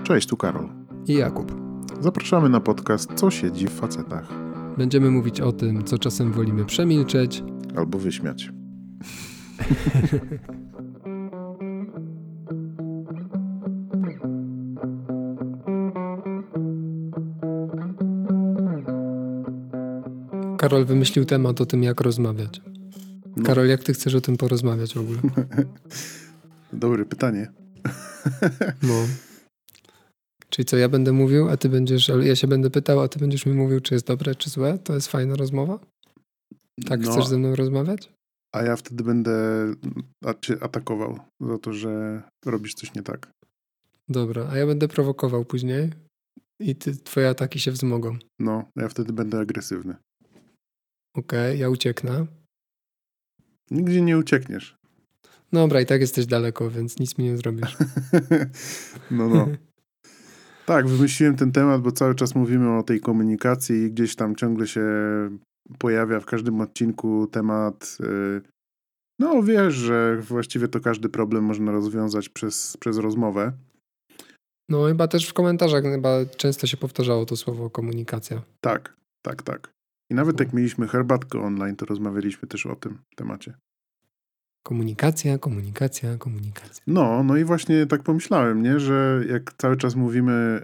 Cześć, tu Karol. I Jakub. Zapraszamy na podcast Co siedzi w facetach. Będziemy mówić o tym, co czasem wolimy przemilczeć Albo wyśmiać. Karol wymyślił temat o tym, jak rozmawiać. No. Karol, jak ty chcesz o tym porozmawiać w ogóle? Dobre pytanie. No. Czyli co, ja będę mówił, a ty będziesz, ale ja się będę pytał, a ty będziesz mi mówił, czy jest dobre, czy złe? To jest fajna rozmowa? Tak chcesz ze mną rozmawiać? A ja wtedy będę cię atakował za to, że robisz coś nie tak. Dobra, a ja będę prowokował później i twoje ataki się wzmogą. No, ja wtedy będę agresywny. Okej, ja ucieknę. Nigdzie nie uciekniesz. Dobra, i tak jesteś daleko, więc nic mi nie zrobisz. No. Tak, wymyśliłem ten temat, bo cały czas mówimy o tej komunikacji i gdzieś tam ciągle się pojawia w każdym odcinku temat. No wiesz, że właściwie to każdy problem można rozwiązać przez rozmowę. No chyba też w komentarzach często się powtarzało to słowo komunikacja. Tak. I nawet jak mieliśmy herbatkę online, to rozmawialiśmy też o tym temacie. Komunikacja. No i właśnie tak pomyślałem, nie, że jak cały czas mówimy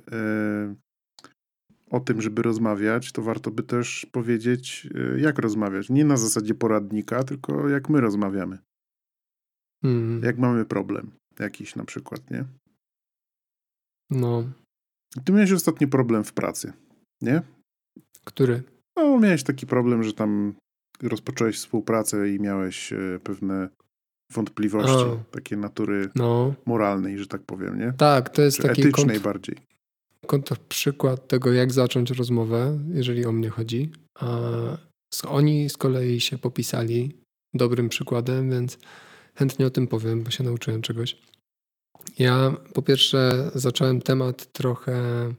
o tym, żeby rozmawiać, to warto by też powiedzieć, jak rozmawiać. Nie na zasadzie poradnika, tylko jak my rozmawiamy. Jak mamy problem jakiś na przykład, nie? No. Ty miałeś ostatni problem w pracy, nie? Który? No, miałeś taki problem, że tam rozpocząłeś współpracę i miałeś pewne wątpliwości, takie natury moralnej, że tak powiem, nie? Tak, to jest czy taki etycznej bardziej. Przykład tego, jak zacząć rozmowę, jeżeli o mnie chodzi. Oni z kolei się popisali dobrym przykładem, więc chętnie o tym powiem, bo się nauczyłem czegoś. Ja po pierwsze zacząłem temat trochę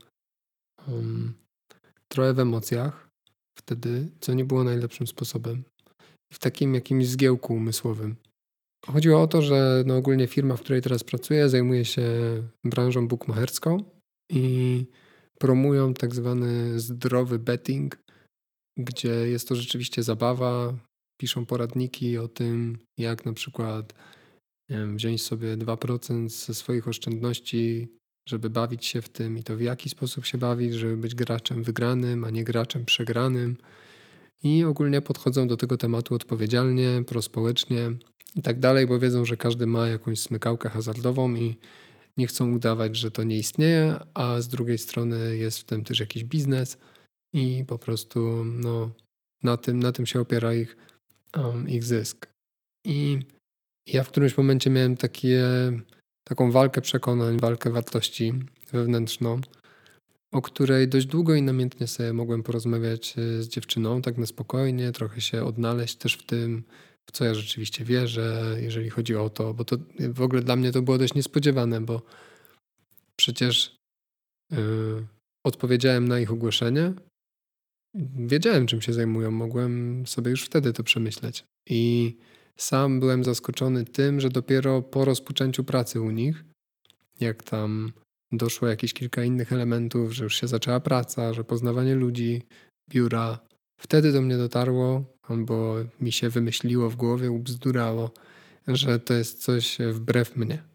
w emocjach wtedy, co nie było najlepszym sposobem. W takim jakimś zgiełku umysłowym. Chodziło o to, że ogólnie firma, w której teraz pracuję, zajmuje się branżą bukmacherską i promują tak zwany zdrowy betting, gdzie jest to rzeczywiście zabawa. Piszą poradniki o tym, jak na przykład wziąć sobie 2% ze swoich oszczędności, żeby bawić się w tym i to w jaki sposób się bawić, żeby być graczem wygranym, a nie graczem przegranym. I ogólnie podchodzą do tego tematu odpowiedzialnie, prospołecznie i tak dalej, bo wiedzą, że każdy ma jakąś smykałkę hazardową i nie chcą udawać, że to nie istnieje, a z drugiej strony jest w tym też jakiś biznes i po prostu na tym się opiera ich zysk. I ja w którymś momencie miałem taką walkę przekonań, walkę wartości wewnętrzną, o której dość długo i namiętnie sobie mogłem porozmawiać z dziewczyną, tak na spokojnie, trochę się odnaleźć też w tym, w co ja rzeczywiście wierzę, jeżeli chodzi o to, bo to w ogóle dla mnie to było dość niespodziewane, bo przecież odpowiedziałem na ich ogłoszenie, wiedziałem, czym się zajmują, mogłem sobie już wtedy to przemyśleć i sam byłem zaskoczony tym, że dopiero po rozpoczęciu pracy u nich, jak tam doszło jakieś kilka innych elementów, że już się zaczęła praca, że poznawanie ludzi, biura. Wtedy do mnie dotarło, albo mi się wymyśliło w głowie, ubzdurało, że to jest coś wbrew mnie.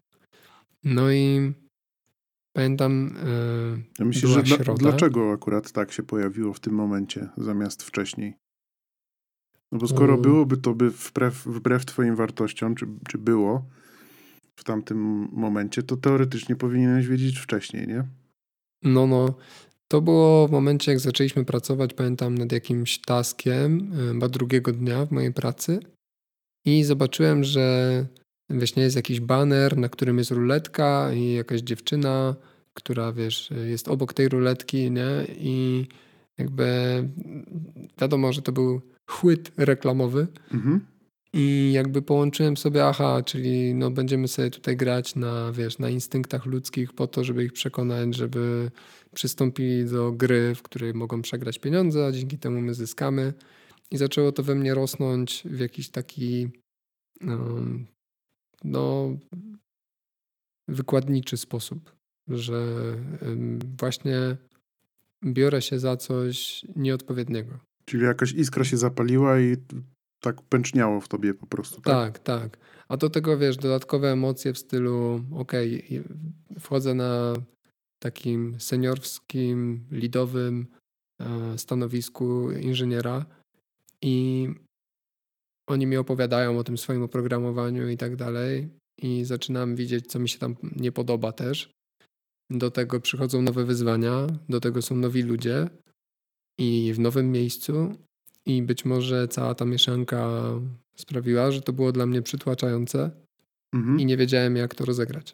No i pamiętam, ja myślę, była że środa. Dlaczego akurat tak się pojawiło w tym momencie, zamiast wcześniej? No bo skoro byłoby to wbrew twoim wartościom, czy było w tamtym momencie, to teoretycznie powinieneś wiedzieć wcześniej, nie? No. To było w momencie, jak zaczęliśmy pracować, pamiętam, nad jakimś taskiem, chyba drugiego dnia w mojej pracy i zobaczyłem, że właśnie jest jakiś baner, na którym jest ruletka i jakaś dziewczyna, która jest obok tej ruletki, nie? I jakby wiadomo, że to był chwyt reklamowy. I jakby połączyłem sobie, czyli będziemy sobie tutaj grać na instynktach ludzkich po to, żeby ich przekonać, żeby przystąpili do gry, w której mogą przegrać pieniądze, a dzięki temu my zyskamy. I zaczęło to we mnie rosnąć w jakiś taki wykładniczy sposób. że właśnie biorę się za coś nieodpowiedniego. Czyli jakaś iskra się zapaliła i tak pęczniało w tobie po prostu, tak? Tak. A do tego, wiesz, dodatkowe emocje w stylu wchodzę na takim seniorskim, lidowym stanowisku inżyniera i oni mi opowiadają o tym swoim oprogramowaniu i tak dalej i zaczynam widzieć, co mi się tam nie podoba też. Do tego przychodzą nowe wyzwania, do tego są nowi ludzie i w nowym miejscu i być może cała ta mieszanka sprawiła, że to było dla mnie przytłaczające i nie wiedziałem, jak to rozegrać.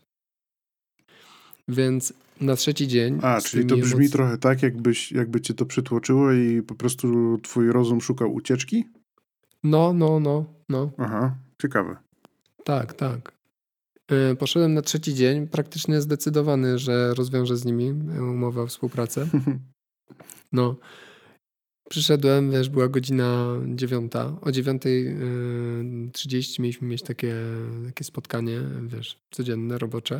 Więc na trzeci dzień... czyli to brzmi trochę tak, jakby cię to przytłoczyło i po prostu twój rozum szukał ucieczki? No. Aha, ciekawe. Tak. Poszedłem na trzeci dzień, praktycznie zdecydowany, że rozwiążę z nimi umowę o współpracę. No. Przyszedłem, wiesz, była godzina 9. O 9:30 mieliśmy mieć takie spotkanie, wiesz, codzienne, robocze.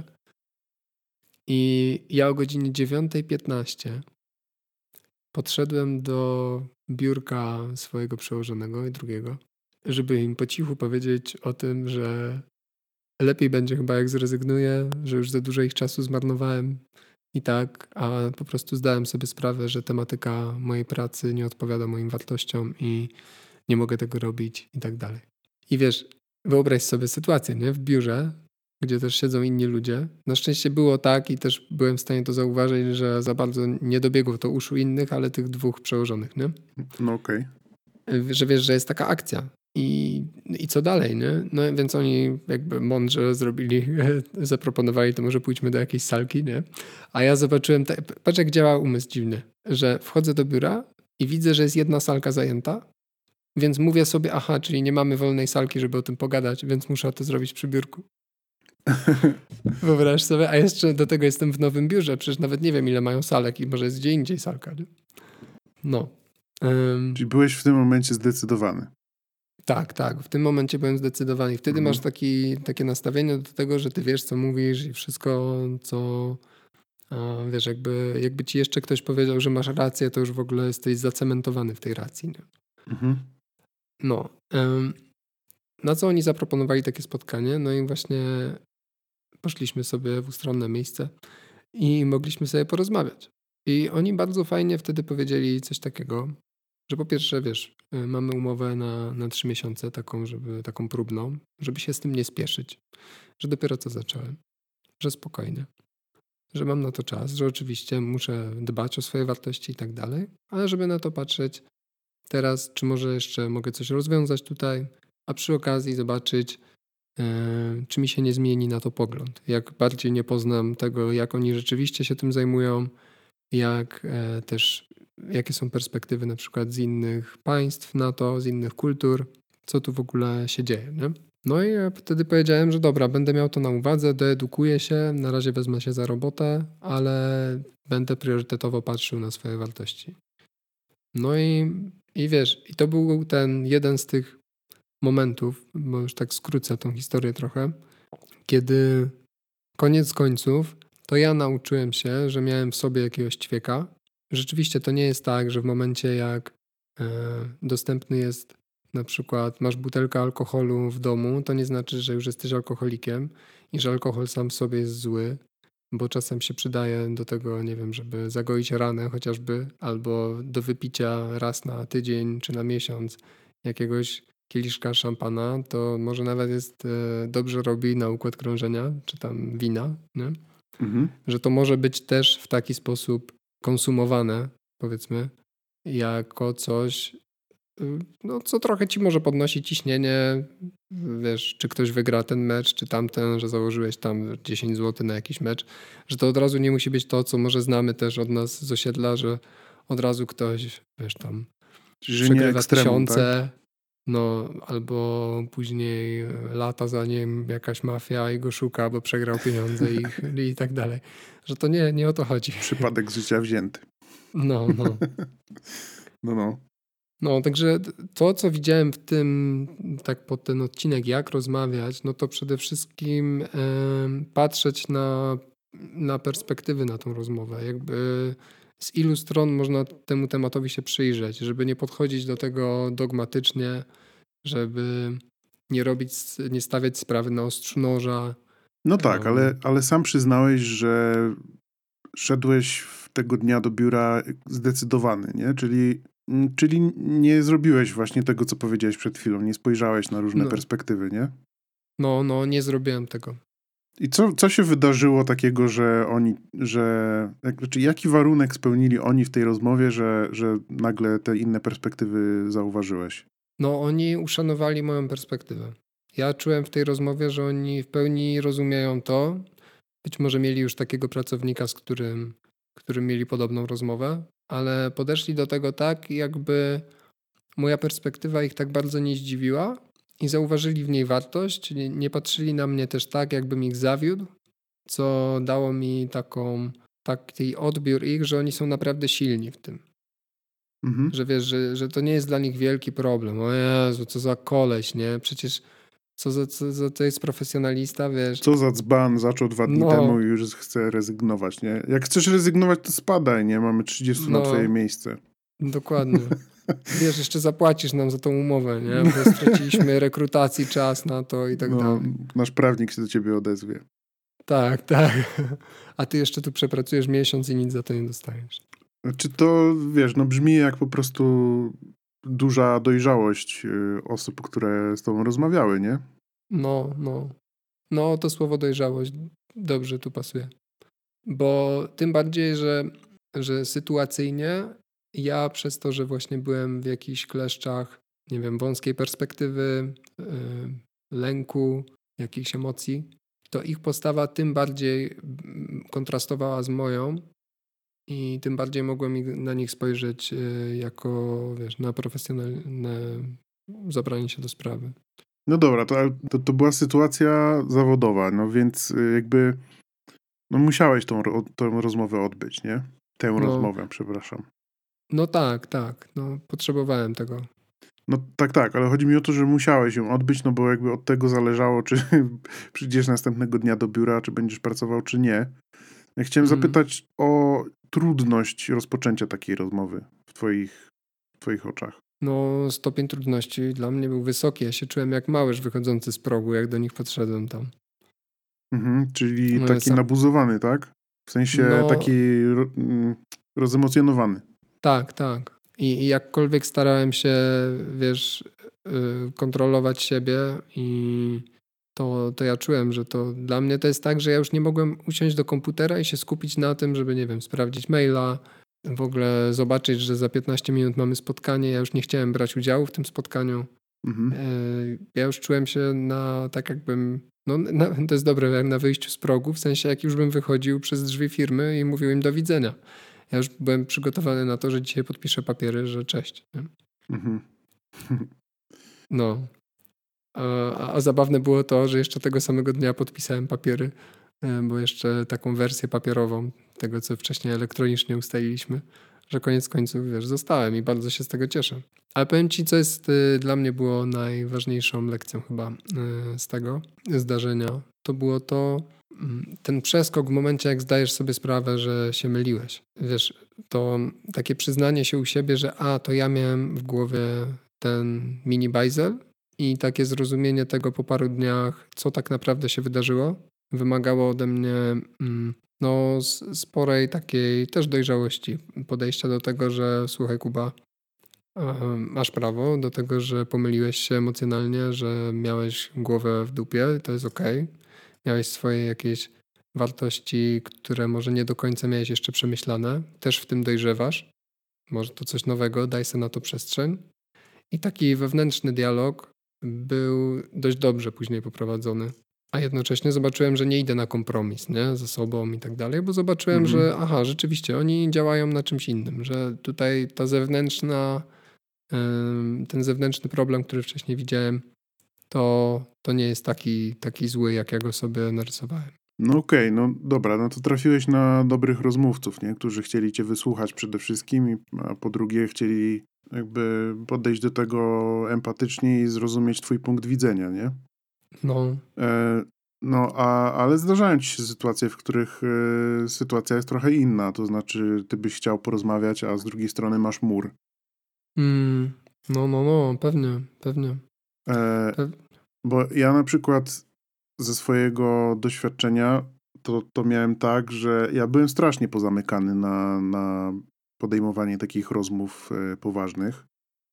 I ja o godzinie 9:15 podszedłem do biurka swojego przełożonego i drugiego, żeby im po cichu powiedzieć o tym, że lepiej będzie chyba jak zrezygnuję, że już za dużo ich czasu zmarnowałem i tak, a po prostu zdałem sobie sprawę, że tematyka mojej pracy nie odpowiada moim wartościom i nie mogę tego robić i tak dalej. I wiesz, wyobraź sobie sytuację, nie? W biurze, gdzie też siedzą inni ludzie. Na szczęście było tak i też byłem w stanie to zauważyć, że za bardzo nie dobiegło to uszu innych, ale tych dwóch przełożonych, nie? No okej. Że wiesz, że jest taka akcja. I co dalej, nie? No więc oni jakby mądrze zrobili, zaproponowali, to może pójdźmy do jakiejś salki, nie? A ja zobaczyłem, patrz jak działa umysł dziwny, że wchodzę do biura i widzę, że jest jedna salka zajęta, więc mówię sobie, aha, czyli nie mamy wolnej salki, żeby o tym pogadać, więc muszę to zrobić przy biurku. Wyobraź sobie, a jeszcze do tego jestem w nowym biurze, przecież nawet nie wiem, ile mają salek i może jest gdzie indziej salka, nie? No. Czyli byłeś w tym momencie zdecydowany. Tak. W tym momencie byłem zdecydowany. Wtedy masz takie nastawienie do tego, że ty wiesz, co mówisz i wszystko, co wiesz, jakby ci jeszcze ktoś powiedział, że masz rację, to już w ogóle jesteś zacementowany w tej racji. Nie? No. Na co oni zaproponowali takie spotkanie? No i właśnie poszliśmy sobie w ustronne miejsce i mogliśmy sobie porozmawiać. I oni bardzo fajnie wtedy powiedzieli coś takiego, że po pierwsze, wiesz, mamy umowę na 3 miesiące, taką próbną, żeby się z tym nie spieszyć, że dopiero co zacząłem, że spokojnie, że mam na to czas, że oczywiście muszę dbać o swoje wartości i tak dalej, ale żeby na to patrzeć teraz, czy może jeszcze mogę coś rozwiązać tutaj, a przy okazji zobaczyć, czy mi się nie zmieni na to pogląd, jak bardziej nie poznam tego, jak oni rzeczywiście się tym zajmują, jak też jakie są perspektywy na przykład z innych państw NATO, z innych kultur, co tu w ogóle się dzieje. Nie? No i ja wtedy powiedziałem, że dobra, będę miał to na uwadze, doedukuję się, na razie wezmę się za robotę, ale będę priorytetowo patrzył na swoje wartości. No i wiesz, i to był ten jeden z tych momentów, bo już tak skrócę tą historię trochę, kiedy koniec końców to ja nauczyłem się, że miałem w sobie jakiegoś ćwieka. Rzeczywiście to nie jest tak, że w momencie jak dostępny jest na przykład masz butelkę alkoholu w domu, to nie znaczy, że już jesteś alkoholikiem i że alkohol sam w sobie jest zły, bo czasem się przydaje do tego, nie wiem, żeby zagoić ranę chociażby, albo do wypicia raz na tydzień czy na miesiąc jakiegoś kieliszka szampana, to może nawet dobrze robi na układ krążenia, czy tam wina, nie? Że to może być też w taki sposób konsumowane, powiedzmy, jako coś, no, co trochę ci może podnosić ciśnienie, wiesz, czy ktoś wygra ten mecz, czy tamten, że założyłeś tam 10 zł na jakiś mecz, że to od razu nie musi być to, co może znamy też od nas z osiedla, że od razu ktoś, wiesz, tam przegrywa tysiące, tak? No, albo później lata za nim jakaś mafia i go szuka, bo przegrał pieniądze i tak dalej. Że to nie o to chodzi. Przypadek z życia wzięty. No. No. No, także to, co widziałem w tym, tak pod ten odcinek, jak rozmawiać, no to przede wszystkim patrzeć na na perspektywy na tą rozmowę. Jakby z ilu stron można temu tematowi się przyjrzeć, żeby nie podchodzić do tego dogmatycznie, żeby nie stawiać sprawy na ostrzu noża. No tak, ale sam przyznałeś, że szedłeś tego dnia do biura zdecydowany, nie? Czyli nie zrobiłeś właśnie tego, co powiedziałeś przed chwilą. Nie spojrzałeś na różne perspektywy, nie? No, nie zrobiłem tego. I co się wydarzyło takiego, jaki warunek spełnili oni w tej rozmowie, że nagle te inne perspektywy zauważyłeś? No, oni uszanowali moją perspektywę. Ja czułem w tej rozmowie, że oni w pełni rozumieją to. Być może mieli już takiego pracownika, z którym mieli podobną rozmowę, ale podeszli do tego tak, jakby moja perspektywa ich tak bardzo nie zdziwiła i zauważyli w niej wartość. Nie patrzyli na mnie też tak, jakbym ich zawiódł, co dało mi taki odbiór ich, że oni są naprawdę silni w tym. Mhm. Że wiesz, że to nie jest dla nich wielki problem. O Jezu, co za koleś, nie? Przecież to jest profesjonalista, wiesz. Co za dzban, zaczął 2 dni temu i już chce rezygnować, nie? Jak chcesz rezygnować, to spadaj, nie? Mamy 30 na twoje miejsce. Dokładnie. Wiesz, jeszcze zapłacisz nam za tą umowę, nie? Bo straciliśmy rekrutacji, czas na to i tak dalej. Nasz prawnik się do ciebie odezwie. Tak. A ty jeszcze tu przepracujesz miesiąc i nic za to nie dostajesz. Czy to, wiesz, brzmi jak po prostu duża dojrzałość osób, które z tobą rozmawiały, nie? No, to słowo dojrzałość dobrze tu pasuje. Bo tym bardziej, że sytuacyjnie ja przez to, że właśnie byłem w jakichś kleszczach, nie wiem, wąskiej perspektywy, lęku, jakichś emocji, to ich postawa tym bardziej kontrastowała z moją i tym bardziej mogłem na nich spojrzeć jako, wiesz, na profesjonalne zabranie się do sprawy. No dobra, to była sytuacja zawodowa, no więc jakby musiałeś tą rozmowę odbyć, nie? Tę rozmowę, przepraszam. No tak, potrzebowałem tego. No tak, ale chodzi mi o to, że musiałeś ją odbyć, no bo jakby od tego zależało, czy przyjdziesz następnego dnia do biura, czy będziesz pracował, czy nie. Ja chciałem zapytać o trudność rozpoczęcia takiej rozmowy w twoich oczach. No, stopień trudności dla mnie był wysoki. Ja się czułem jak małyż wychodzący z progu, jak do nich podszedłem tam. Czyli taki nabuzowany, tak? W sensie taki rozemocjonowany. Tak. I jakkolwiek starałem się, wiesz, kontrolować siebie i to ja czułem, że to dla mnie to jest tak, że ja już nie mogłem usiąść do komputera i się skupić na tym, żeby, nie wiem, sprawdzić maila, w ogóle zobaczyć, że za 15 minut mamy spotkanie. Ja już nie chciałem brać udziału w tym spotkaniu. Ja już czułem się tak jakbym, to jest dobre, jak na wyjściu z progu, w sensie jak już bym wychodził przez drzwi firmy i mówił im do widzenia. Ja już byłem przygotowany na to, że dzisiaj podpiszę papiery, że cześć. No. A zabawne było to, że jeszcze tego samego dnia podpisałem papiery, bo jeszcze taką wersję papierową tego, co wcześniej elektronicznie ustaliliśmy, że koniec końców, wiesz, zostałem i bardzo się z tego cieszę. Ale powiem ci, co dla mnie było najważniejszą lekcją chyba z tego zdarzenia. To było ten przeskok w momencie, jak zdajesz sobie sprawę, że się myliłeś. Wiesz, to takie przyznanie się u siebie, że to ja miałem w głowie ten mini bajzel i takie zrozumienie tego po paru dniach, co tak naprawdę się wydarzyło, wymagało ode mnie sporej takiej też dojrzałości, podejścia do tego, że słuchaj Kuba, masz prawo do tego, że pomyliłeś się emocjonalnie, że miałeś głowę w dupie, to jest okej. Miałeś swoje jakieś wartości, które może nie do końca miałeś jeszcze przemyślane, też w tym dojrzewasz, może to coś nowego, daj sobie na to przestrzeń. I taki wewnętrzny dialog był dość dobrze później poprowadzony. A jednocześnie zobaczyłem, że nie idę na kompromis, nie? Ze sobą i tak dalej, bo zobaczyłem, że rzeczywiście oni działają na czymś innym, że tutaj ten zewnętrzny problem, który wcześniej widziałem, to nie jest taki zły, jak ja go sobie narysowałem. No okej, no dobra, no to trafiłeś na dobrych rozmówców, nie? Którzy chcieli cię wysłuchać przede wszystkim, a po drugie chcieli jakby podejść do tego empatycznie i zrozumieć twój punkt widzenia, nie? No, ale zdarzają ci się sytuacje, w których sytuacja jest trochę inna. To znaczy, ty byś chciał porozmawiać, a z drugiej strony masz mur. No, pewnie. E, bo ja na przykład ze swojego doświadczenia to miałem tak, że ja byłem strasznie pozamykany na podejmowanie takich rozmów poważnych.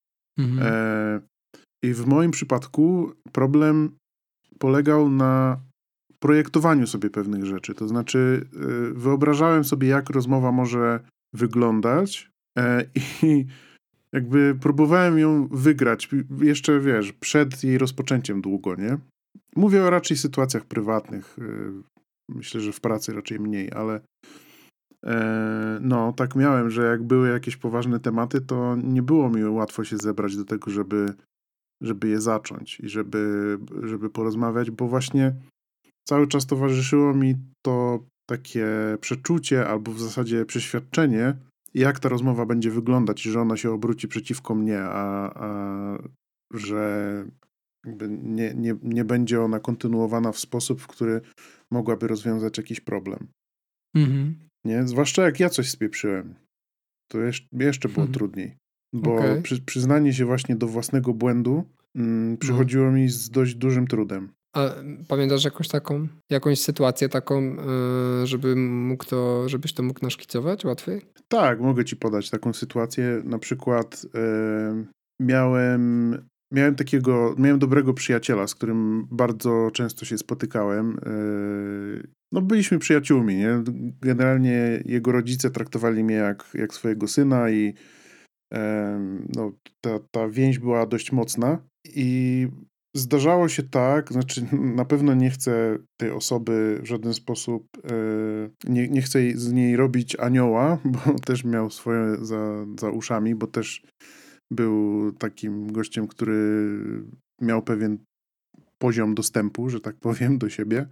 I w moim przypadku problem polegał na projektowaniu sobie pewnych rzeczy. To znaczy wyobrażałem sobie, jak rozmowa może wyglądać i jakby próbowałem ją wygrać jeszcze, wiesz, przed jej rozpoczęciem długo, nie? Mówię o raczej sytuacjach prywatnych. Myślę, że w pracy raczej mniej, ale no, tak miałem, że jak były jakieś poważne tematy, to nie było mi łatwo się zebrać do tego, żeby je zacząć i żeby porozmawiać, bo właśnie cały czas towarzyszyło mi to takie przeczucie albo w zasadzie przeświadczenie, jak ta rozmowa będzie wyglądać i że ona się obróci przeciwko mnie, a że jakby nie będzie ona kontynuowana w sposób, w który mogłaby rozwiązać jakiś problem. Nie? Zwłaszcza jak ja coś spieprzyłem. To jeszcze było trudniej. Bo przyznanie się właśnie do własnego błędu przychodziło mi z dość dużym trudem. A pamiętasz jakąś sytuację taką, żebyś to mógł naszkicować łatwiej? Tak, mogę ci podać taką sytuację. Na przykład miałem dobrego przyjaciela, z którym bardzo często się spotykałem. No byliśmy przyjaciółmi, nie? Generalnie jego rodzice traktowali mnie jak swojego syna i no, ta więź była dość mocna i zdarzało się tak, znaczy na pewno nie chcę tej osoby w żaden sposób, nie chcę z niej robić anioła, bo też miał swoje za uszami, bo też był takim gościem, który miał pewien poziom dostępu, że tak powiem, do siebie.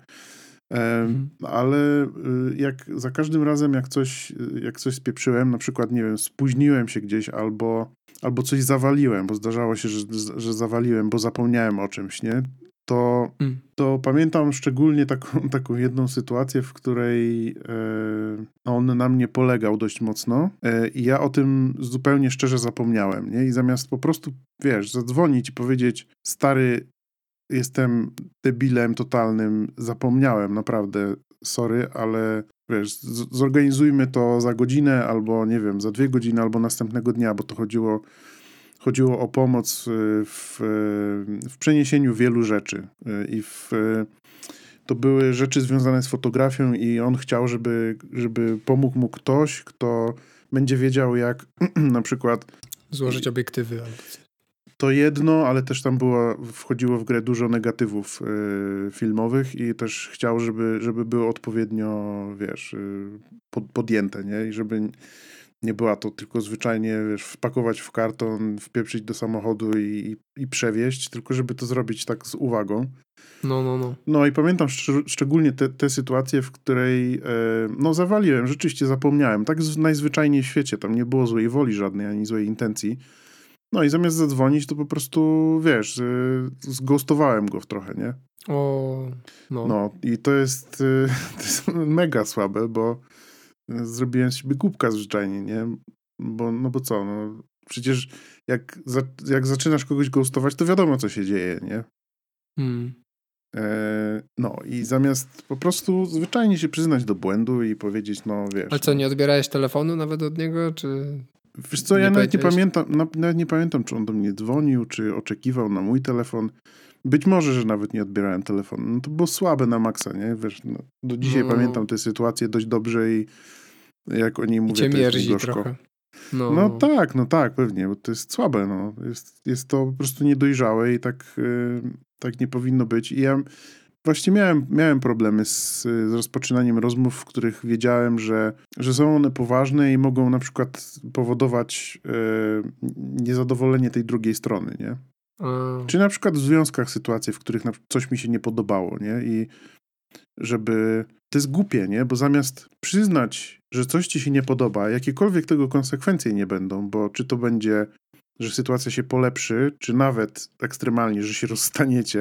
Ale za każdym razem, jak coś spieprzyłem, na przykład, nie wiem, spóźniłem się gdzieś albo coś zawaliłem, bo zdarzało się, że zawaliłem, bo zapomniałem o czymś, nie? To pamiętam szczególnie taką jedną sytuację, w której on na mnie polegał dość mocno i ja o tym zupełnie szczerze zapomniałem, nie? I zamiast po prostu, wiesz, zadzwonić i powiedzieć, stary, jestem debilem totalnym, zapomniałem, naprawdę, sorry, ale wiesz, zorganizujmy to za godzinę, albo nie wiem, za 2 godziny, albo następnego dnia, bo to chodziło o pomoc w przeniesieniu wielu rzeczy i to były rzeczy związane z fotografią i on chciał, żeby pomógł mu ktoś, kto będzie wiedział, jak na przykład złożyć obiektywy albo coś. To jedno, ale też tam wchodziło w grę dużo negatywów filmowych i też chciał, żeby były odpowiednio, wiesz, podjęte, nie? I żeby nie była to tylko zwyczajnie, wiesz, wpakować w karton, wpieprzyć do samochodu i przewieźć, tylko żeby to zrobić tak z uwagą. No. No i pamiętam szczególnie te sytuacje, w której zawaliłem, rzeczywiście zapomniałem. Tak najzwyczajniej w świecie, tam nie było złej woli żadnej, ani złej intencji. No i zamiast zadzwonić, to po prostu, wiesz, zghostowałem go trochę, nie? No i to jest mega słabe, bo zrobiłem z siebie głupka zwyczajnie, nie? Bo co, no przecież jak zaczynasz kogoś ghostować, to wiadomo, co się dzieje, nie? No i zamiast po prostu zwyczajnie się przyznać do błędu i powiedzieć, no wiesz... Ale co, nie odbierałeś telefonu nawet od niego, czy... Wiesz co, ja nawet nie pamiętam, czy on do mnie dzwonił, czy oczekiwał na mój telefon. Być może, że nawet nie odbierałem telefonu. No to było słabe na maksa, nie? Wiesz, do dzisiaj pamiętam tę sytuację dość dobrze i jak o niej mówię, to jest mi gorzko. Trochę. No tak, pewnie, bo to jest słabe, no. Jest to po prostu niedojrzałe i tak nie powinno być. I ja właśnie miałem problemy z rozpoczynaniem rozmów, w których wiedziałem, że są one poważne i mogą na przykład powodować niezadowolenie tej drugiej strony, nie? Czy na przykład w związkach sytuacje, w których coś mi się nie podobało, nie? I żeby... To jest głupie, nie? Bo zamiast przyznać, że coś ci się nie podoba, jakiekolwiek tego konsekwencje nie będą, bo czy to będzie, że sytuacja się polepszy, czy nawet ekstremalnie, że się rozstaniecie,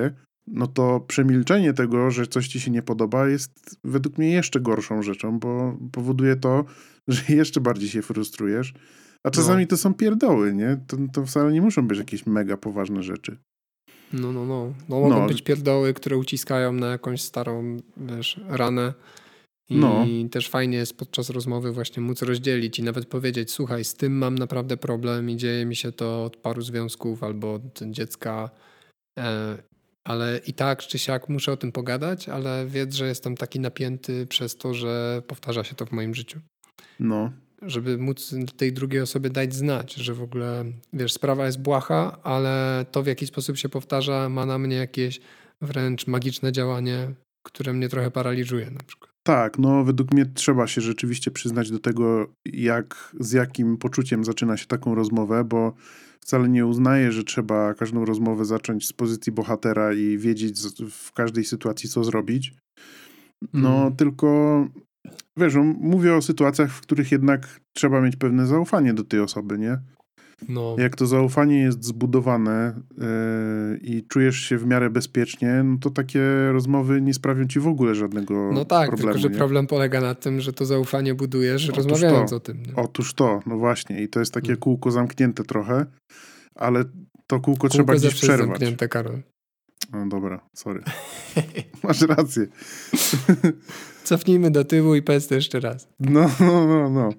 no to przemilczenie tego, że coś ci się nie podoba, jest według mnie jeszcze gorszą rzeczą, bo powoduje to, że jeszcze bardziej się frustrujesz. A czasami to są pierdoły, nie? To wcale nie muszą być jakieś mega poważne rzeczy. No mogą być pierdoły, które uciskają na jakąś starą, ranę. I też fajnie jest podczas rozmowy właśnie móc rozdzielić i nawet powiedzieć, słuchaj, z tym mam naprawdę problem i dzieje mi się to od paru związków albo od dziecka, ale i tak czy siak muszę o tym pogadać, ale wiedz, że jestem taki napięty przez to, że powtarza się to w moim życiu. No. Żeby móc tej drugiej osobie dać znać, że w ogóle, sprawa jest błaha, ale to, w jaki sposób się powtarza, ma na mnie jakieś wręcz magiczne działanie, które mnie trochę paraliżuje na przykład. Tak, no według mnie trzeba się rzeczywiście przyznać do tego, z jakim poczuciem zaczyna się taką rozmowę, bo wcale nie uznaję, że trzeba każdą rozmowę zacząć z pozycji bohatera i wiedzieć w każdej sytuacji, co zrobić. No tylko, wiesz, mówię o sytuacjach, w których jednak trzeba mieć pewne zaufanie do tej osoby, nie? No. Jak to zaufanie jest zbudowane i czujesz się w miarę bezpiecznie, no to takie rozmowy nie sprawią ci w ogóle żadnego No tak, problemu. tylko że problem polega na tym, że to zaufanie budujesz rozmawiając o tym. Nie? Otóż to, no właśnie. I to jest takie kółko zamknięte trochę, ale to kółko trzeba gdzieś przerwać. Jest zamknięte, Karol. No dobra, sorry. Masz rację. Cofnijmy do tyłu i powiedz to jeszcze raz. No.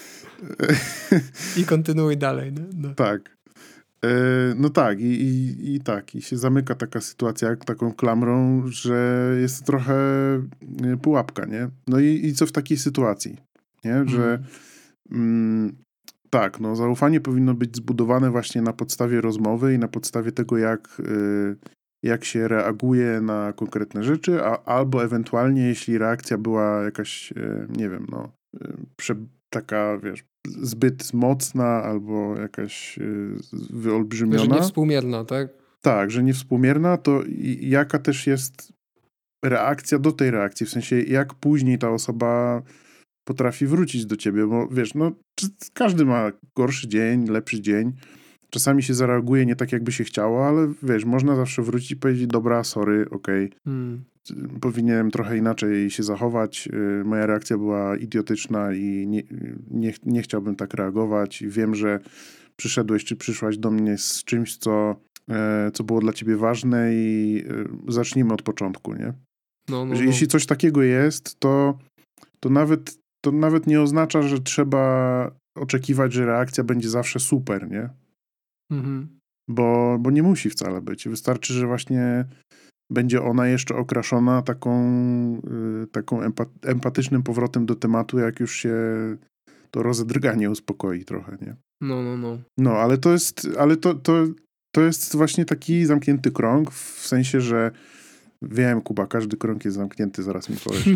I kontynuuj dalej. No. Tak. No tak, i tak. I się zamyka taka sytuacja taką klamrą, że jest trochę pułapka, nie? No i co w takiej sytuacji? Nie? Że tak, no zaufanie powinno być zbudowane właśnie na podstawie rozmowy i na podstawie tego, jak się reaguje na konkretne rzeczy, albo ewentualnie, jeśli reakcja była jakaś, nie wiem, no, taka, wiesz, zbyt mocna albo jakaś wyolbrzymiona. Że niewspółmierna, tak? Tak, że niewspółmierna, to jaka też jest reakcja do tej reakcji, w sensie jak później ta osoba potrafi wrócić do ciebie, bo wiesz, no każdy ma gorszy dzień, lepszy dzień, czasami się zareaguje nie tak, jakby się chciało, ale wiesz, można zawsze wrócić i powiedzieć, dobra, sorry, okej. Powinienem trochę inaczej się zachować, moja reakcja była idiotyczna i nie chciałbym tak reagować. Wiem, że przyszedłeś czy przyszłaś do mnie z czymś, co było dla ciebie ważne i zacznijmy od początku, nie? Jeśli coś takiego jest, to nawet nie oznacza, że trzeba oczekiwać, że reakcja będzie zawsze super, nie? Bo nie musi wcale być. Wystarczy, że właśnie będzie ona jeszcze okraszona taką empatycznym powrotem do tematu, jak już się to rozedrganie uspokoi trochę, nie? No. No, ale to jest właśnie taki zamknięty krąg, w sensie, że wiem, Kuba, każdy krąg jest zamknięty, zaraz mi powiesz.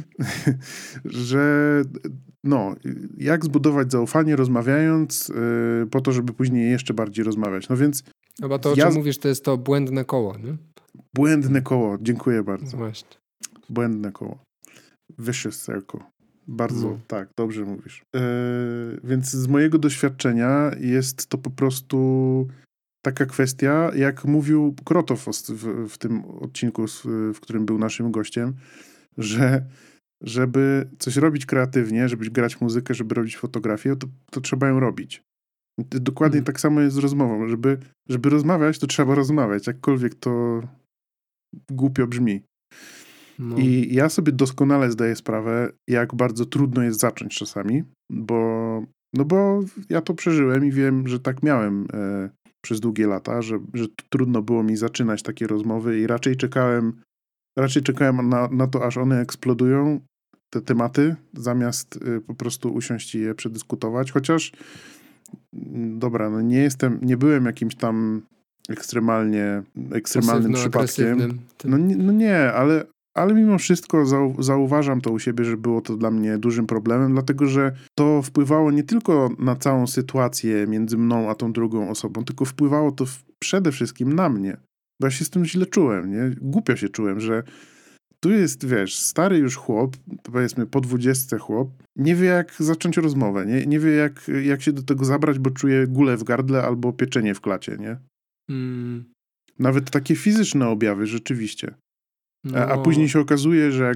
Że no, jak zbudować zaufanie rozmawiając po to, żeby później jeszcze bardziej rozmawiać. No więc... Chyba to, o czym mówisz, to jest to błędne koło, nie? Błędne koło, dziękuję bardzo. Właśnie. Błędne koło. Vicious circle. Bardzo, tak, dobrze mówisz. Więc z mojego doświadczenia jest to po prostu taka kwestia, jak mówił Krotow w tym odcinku, w którym był naszym gościem, że żeby coś robić kreatywnie, żeby grać muzykę, żeby robić fotografię, to trzeba ją robić. Dokładnie tak samo jest z rozmową. Żeby rozmawiać, to trzeba rozmawiać, jakkolwiek to głupio brzmi. No. I ja sobie doskonale zdaję sprawę, jak bardzo trudno jest zacząć czasami, bo ja to przeżyłem i wiem, że tak miałem przez długie lata, że trudno było mi zaczynać takie rozmowy i raczej czekałem na to, aż one eksplodują, te tematy, zamiast po prostu usiąść i je przedyskutować. Chociaż dobra, no nie byłem jakimś tam ekstremalnym przypadkiem. No nie, ale mimo wszystko zauważam to u siebie, że było to dla mnie dużym problemem, dlatego że to wpływało nie tylko na całą sytuację między mną a tą drugą osobą, tylko wpływało to przede wszystkim na mnie. Bo ja się z tym źle czułem, nie? Głupio się czułem, że tu jest, wiesz, stary już chłop, powiedzmy po 20 chłop, nie wie jak zacząć rozmowę, nie wie jak się do tego zabrać, bo czuje gulę w gardle albo pieczenie w klacie, nie? Nawet takie fizyczne objawy, rzeczywiście. A No, później się okazuje, że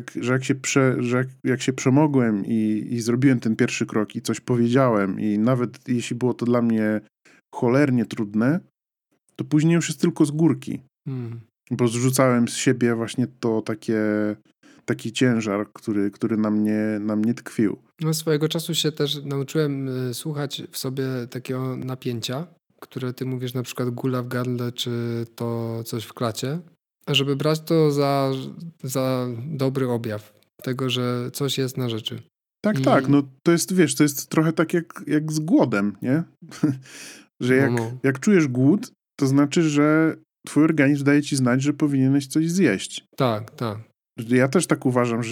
jak się przemogłem i zrobiłem ten pierwszy krok i coś powiedziałem i nawet jeśli było to dla mnie cholernie trudne, to później już jest tylko z górki. Bo zrzucałem z siebie właśnie to taki ciężar, który na mnie tkwił. No, swojego czasu się też nauczyłem słuchać w sobie takiego napięcia, które ty mówisz, na przykład gula w gardle, czy to coś w klacie, żeby brać to za dobry objaw tego, że coś jest na rzeczy. Tak, no to jest, wiesz, to jest trochę tak jak z głodem, nie? Że jak czujesz głód, to znaczy, że twój organizm daje ci znać, że powinieneś coś zjeść. Tak. Ja też tak uważam,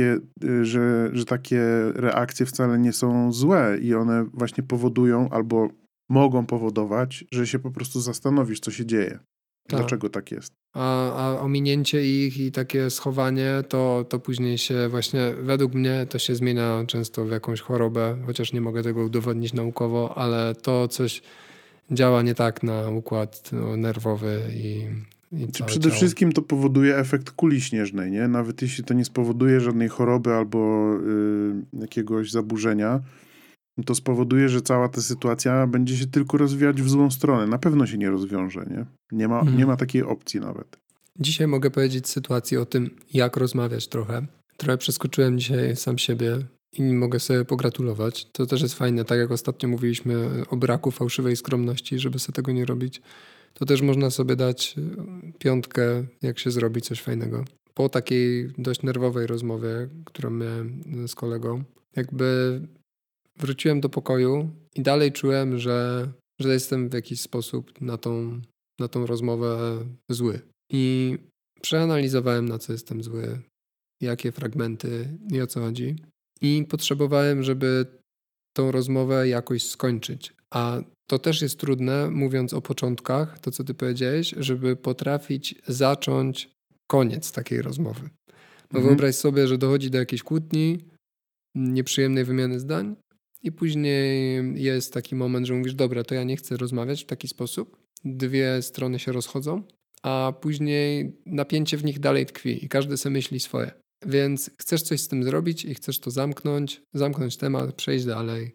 że takie reakcje wcale nie są złe i one właśnie powodują albo mogą powodować, że się po prostu zastanowisz, co się dzieje. Tak. Dlaczego tak jest. A ominięcie ich i takie schowanie, to później się właśnie, według mnie, to się zmienia często w jakąś chorobę, chociaż nie mogę tego udowodnić naukowo, ale to coś działa nie tak na układ nerwowy i całe Przede ciało. wszystkim to powoduje efekt kuli śnieżnej, nie? Nawet jeśli to nie spowoduje żadnej choroby albo jakiegoś zaburzenia, to spowoduje, że cała ta sytuacja będzie się tylko rozwijać w złą stronę. Na pewno się nie rozwiąże, nie? Nie ma takiej opcji nawet. Dzisiaj mogę powiedzieć sytuację o tym, jak rozmawiać trochę. Trochę przeskoczyłem dzisiaj sam siebie i mogę sobie pogratulować. To też jest fajne, tak jak ostatnio mówiliśmy o braku fałszywej skromności, żeby sobie tego nie robić. To też można sobie dać 5, jak się zrobi coś fajnego. Po takiej dość nerwowej rozmowie, którą miałem z kolegą, jakby wróciłem do pokoju i dalej czułem, że jestem w jakiś sposób na tą rozmowę zły. I przeanalizowałem, na co jestem zły, jakie fragmenty i o co chodzi. I potrzebowałem, żeby tą rozmowę jakoś skończyć. A to też jest trudne, mówiąc o początkach, to co ty powiedziałeś, żeby potrafić zacząć koniec takiej rozmowy. No wyobraź sobie, że dochodzi do jakiejś kłótni, nieprzyjemnej wymiany zdań i później jest taki moment, że mówisz, dobra, to ja nie chcę rozmawiać w taki sposób. 2 strony się rozchodzą, a później napięcie w nich dalej tkwi i każdy sobie myśli swoje. Więc chcesz coś z tym zrobić i chcesz to zamknąć temat, przejść dalej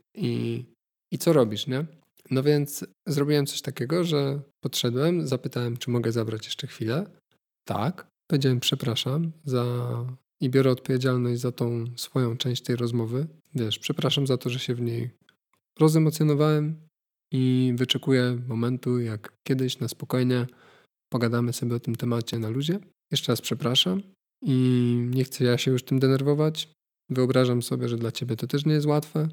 i co robisz, nie? No więc zrobiłem coś takiego, że podszedłem, zapytałem, czy mogę zabrać jeszcze chwilę. Tak. Powiedziałem przepraszam i biorę odpowiedzialność za tą swoją część tej rozmowy. Wiesz, przepraszam za to, że się w niej rozemocjonowałem i wyczekuję momentu, jak kiedyś na spokojnie pogadamy sobie o tym temacie na luzie. Jeszcze raz przepraszam i nie chcę ja się już tym denerwować. Wyobrażam sobie, że dla ciebie to też nie jest łatwe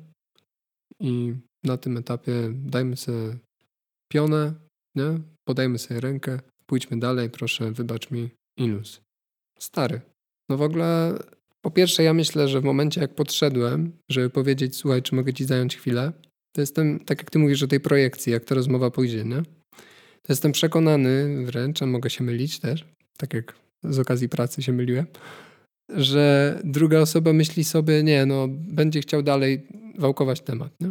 i na tym etapie dajmy sobie pionę, nie? Podajmy sobie rękę, pójdźmy dalej, proszę, wybacz mi i luz. Stary. No w ogóle, po pierwsze ja myślę, że w momencie jak podszedłem, żeby powiedzieć, słuchaj, czy mogę ci zająć chwilę, to jestem, tak jak ty mówisz o tej projekcji, jak ta rozmowa pójdzie, nie? To jestem przekonany wręcz, a mogę się mylić też, tak jak z okazji pracy się myliłem, że druga osoba myśli sobie, nie, no będzie chciał dalej wałkować temat, nie?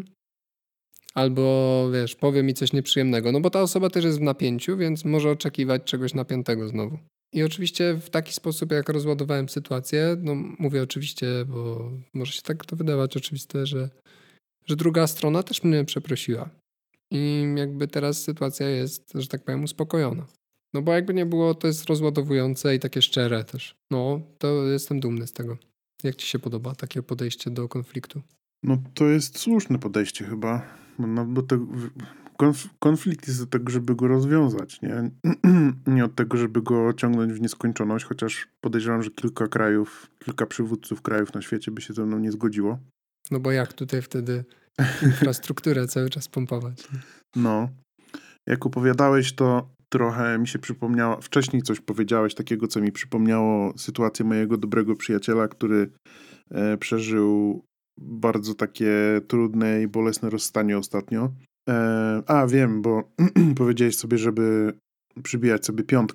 Albo, wiesz, powie mi coś nieprzyjemnego, no bo ta osoba też jest w napięciu, więc może oczekiwać czegoś napiętego znowu. I oczywiście w taki sposób, jak rozładowałem sytuację, no mówię oczywiście, bo może się tak to wydawać oczywiste, że druga strona też mnie przeprosiła. I jakby teraz sytuacja jest, że tak powiem, uspokojona. No bo jakby nie było, to jest rozładowujące i takie szczere też. No, to jestem dumny z tego. Jak ci się podoba takie podejście do konfliktu? No to jest słuszne podejście chyba. No, bo konflikt jest do tego, żeby go rozwiązać, nie? Nie od tego, żeby go ciągnąć w nieskończoność, chociaż podejrzewam, że kilka przywódców krajów na świecie by się ze mną nie zgodziło. No bo jak tutaj wtedy infrastrukturę cały czas pompować? No. Jak opowiadałeś, to trochę mi się przypomniało, wcześniej coś powiedziałeś takiego, co mi przypomniało sytuację mojego dobrego przyjaciela, który przeżył bardzo takie trudne i bolesne rozstanie ostatnio. Wiem, bo powiedziałeś sobie, żeby przybijać sobie 5.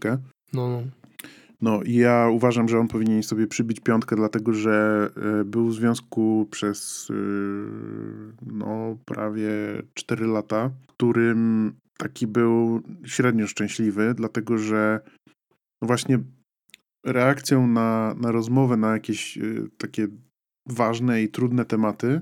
No i ja uważam, że on powinien sobie przybić 5, dlatego że był w związku przez prawie 4 lata, w którym taki był średnio szczęśliwy, dlatego że właśnie reakcją na rozmowę na jakieś takie ważne i trudne tematy